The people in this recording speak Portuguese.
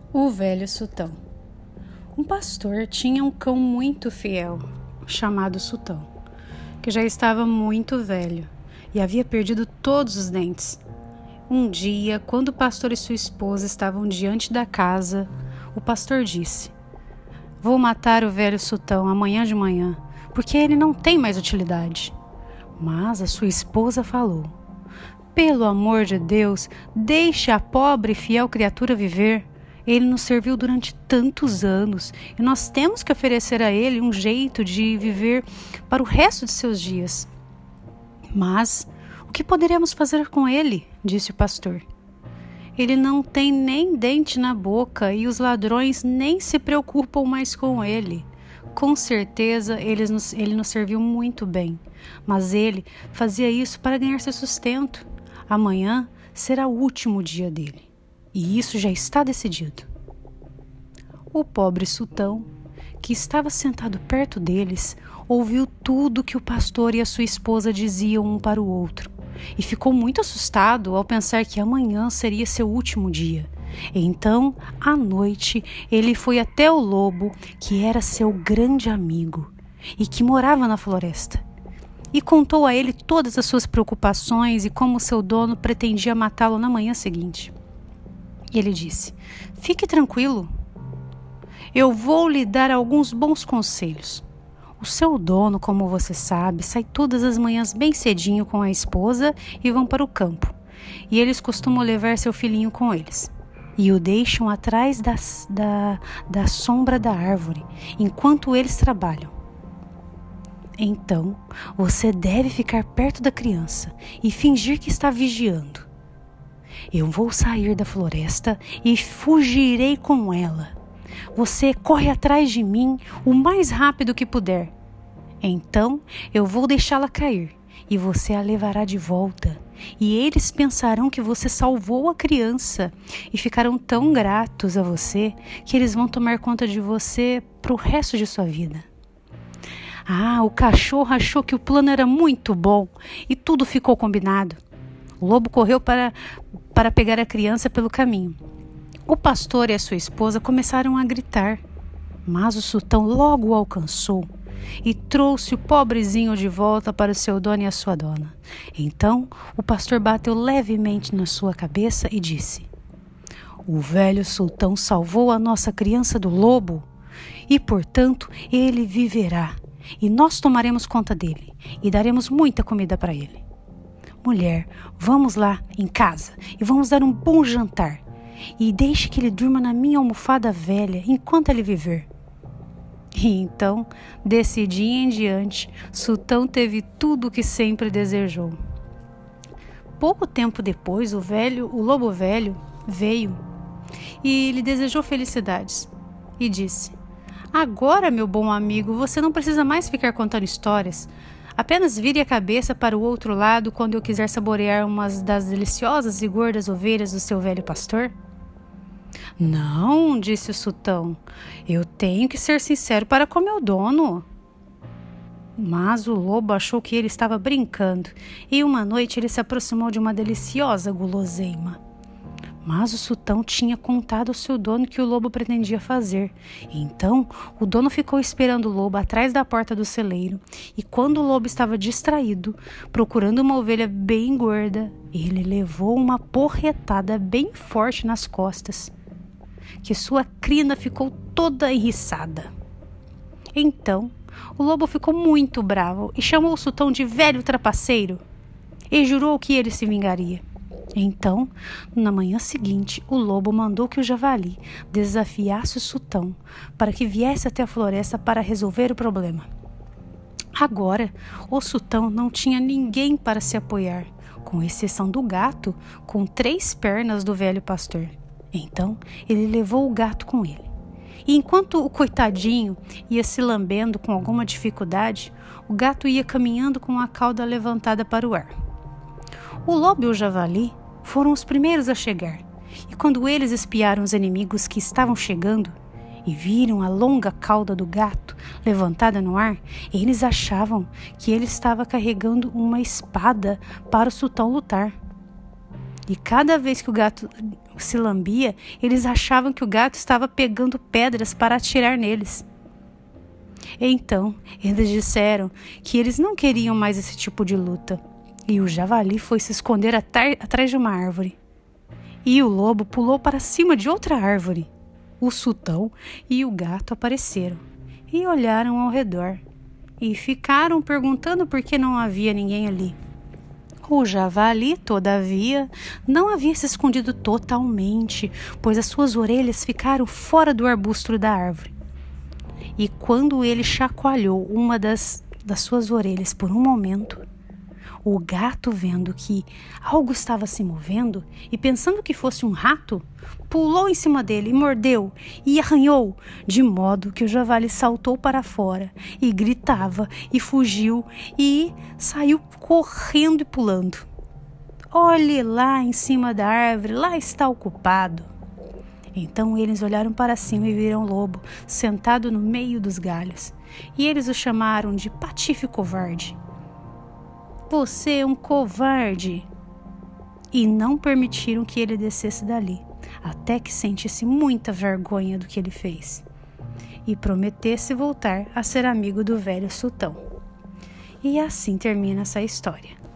O velho Sultão. Um pastor tinha um cão muito fiel, chamado Sultão, que já estava muito velho e havia perdido todos os dentes. Um dia, quando o pastor e sua esposa estavam diante da casa, o pastor disse: "Vou matar o velho Sultão amanhã de manhã, porque ele não tem mais utilidade." Mas a sua esposa falou: "Pelo amor de Deus, deixe a pobre e fiel criatura viver. Ele nos serviu durante tantos anos e nós temos que oferecer a ele um jeito de viver para o resto de seus dias." "Mas o que poderemos fazer com ele?" disse o pastor. "Ele não tem nem dente na boca e os ladrões nem se preocupam mais com ele. Com certeza ele nos serviu muito bem, mas ele fazia isso para ganhar seu sustento. Amanhã será o último dia dele. E isso já está decidido." O pobre Sultão, que estava sentado perto deles, ouviu tudo que o pastor e a sua esposa diziam um para o outro e ficou muito assustado ao pensar que amanhã seria seu último dia. Então, à noite, ele foi até o lobo, que era seu grande amigo e que morava na floresta, e contou a ele todas as suas preocupações e como seu dono pretendia matá-lo na manhã seguinte. Ele disse: "Fique tranquilo. Eu vou lhe dar alguns bons conselhos. O seu dono, como você sabe, sai todas as manhãs bem cedinho com a esposa e vão para o campo. E eles costumam levar seu filhinho com eles. E o deixam atrás da sombra da árvore, enquanto eles trabalham. Então, você deve ficar perto da criança e fingir que está vigiando. Eu vou sair da floresta e fugirei com ela. Você corre atrás de mim o mais rápido que puder. Então eu vou deixá-la cair e você a levará de volta. E eles pensarão que você salvou a criança e ficarão tão gratos a você que eles vão tomar conta de você para o resto de sua vida." O cachorro achou que o plano era muito bom e tudo ficou combinado. O lobo correu para pegar a criança pelo caminho. O pastor e a sua esposa começaram a gritar, mas o Sultão logo o alcançou e trouxe o pobrezinho de volta para o seu dono e a sua dona. Então o pastor bateu levemente na sua cabeça e disse: "O velho Sultão salvou a nossa criança do lobo e, portanto, ele viverá e nós tomaremos conta dele e daremos muita comida para ele. Mulher, vamos lá em casa e vamos dar um bom jantar. E deixe que ele durma na minha almofada velha enquanto ele viver." E então, desse dia em diante, Sultão teve tudo o que sempre desejou. Pouco tempo depois, o lobo velho veio e lhe desejou felicidades e disse: "Agora, meu bom amigo, você não precisa mais ficar contando histórias. Apenas vire a cabeça para o outro lado quando eu quiser saborear uma das deliciosas e gordas ovelhas do seu velho pastor." "Não", disse o Sultão, "eu tenho que ser sincero para com meu dono." Mas o lobo achou que ele estava brincando e uma noite ele se aproximou de uma deliciosa guloseima. Mas o Sultão tinha contado ao seu dono que o lobo pretendia fazer. Então o dono ficou esperando o lobo atrás da porta do celeiro e quando o lobo estava distraído, procurando uma ovelha bem gorda, ele levou uma porretada bem forte nas costas, que sua crina ficou toda enriçada. Então o lobo ficou muito bravo e chamou o Sultão de velho trapaceiro e jurou que ele se vingaria. Então, na manhã seguinte, o lobo mandou que o javali desafiasse o Sultão para que viesse até a floresta para resolver o problema. Agora, o Sultão não tinha ninguém para se apoiar, com exceção do gato com 3 pernas do velho pastor. Então, ele levou o gato com ele. E enquanto o coitadinho ia se lambendo com alguma dificuldade, o gato ia caminhando com a cauda levantada para o ar. O lobo e o javali foram os primeiros a chegar, e quando eles espiaram os inimigos que estavam chegando e viram a longa cauda do gato levantada no ar, eles achavam que ele estava carregando uma espada para o Sultão lutar. E cada vez que o gato se lambia, eles achavam que o gato estava pegando pedras para atirar neles. Então, eles disseram que eles não queriam mais esse tipo de luta. E o javali foi se esconder atrás de uma árvore. E o lobo pulou para cima de outra árvore. O sultão e o gato apareceram e olharam ao redor. E ficaram perguntando por que não havia ninguém ali. O javali, todavia, não havia se escondido totalmente, pois as suas orelhas ficaram fora do arbusto da árvore. E quando ele chacoalhou uma das suas orelhas por um momento, o gato, vendo que algo estava se movendo e pensando que fosse um rato, pulou em cima dele e mordeu e arranhou, de modo que o javali saltou para fora e gritava e fugiu e saiu correndo e pulando. Olhe lá em cima da árvore, lá está o culpado. Então eles olharam para cima e viram o lobo sentado no meio dos galhos, e eles o chamaram de Patife Covarde. Você é um covarde! E não permitiram que ele descesse dali, até que sentisse muita vergonha do que ele fez e prometesse voltar a ser amigo do velho sultão. E assim termina essa história.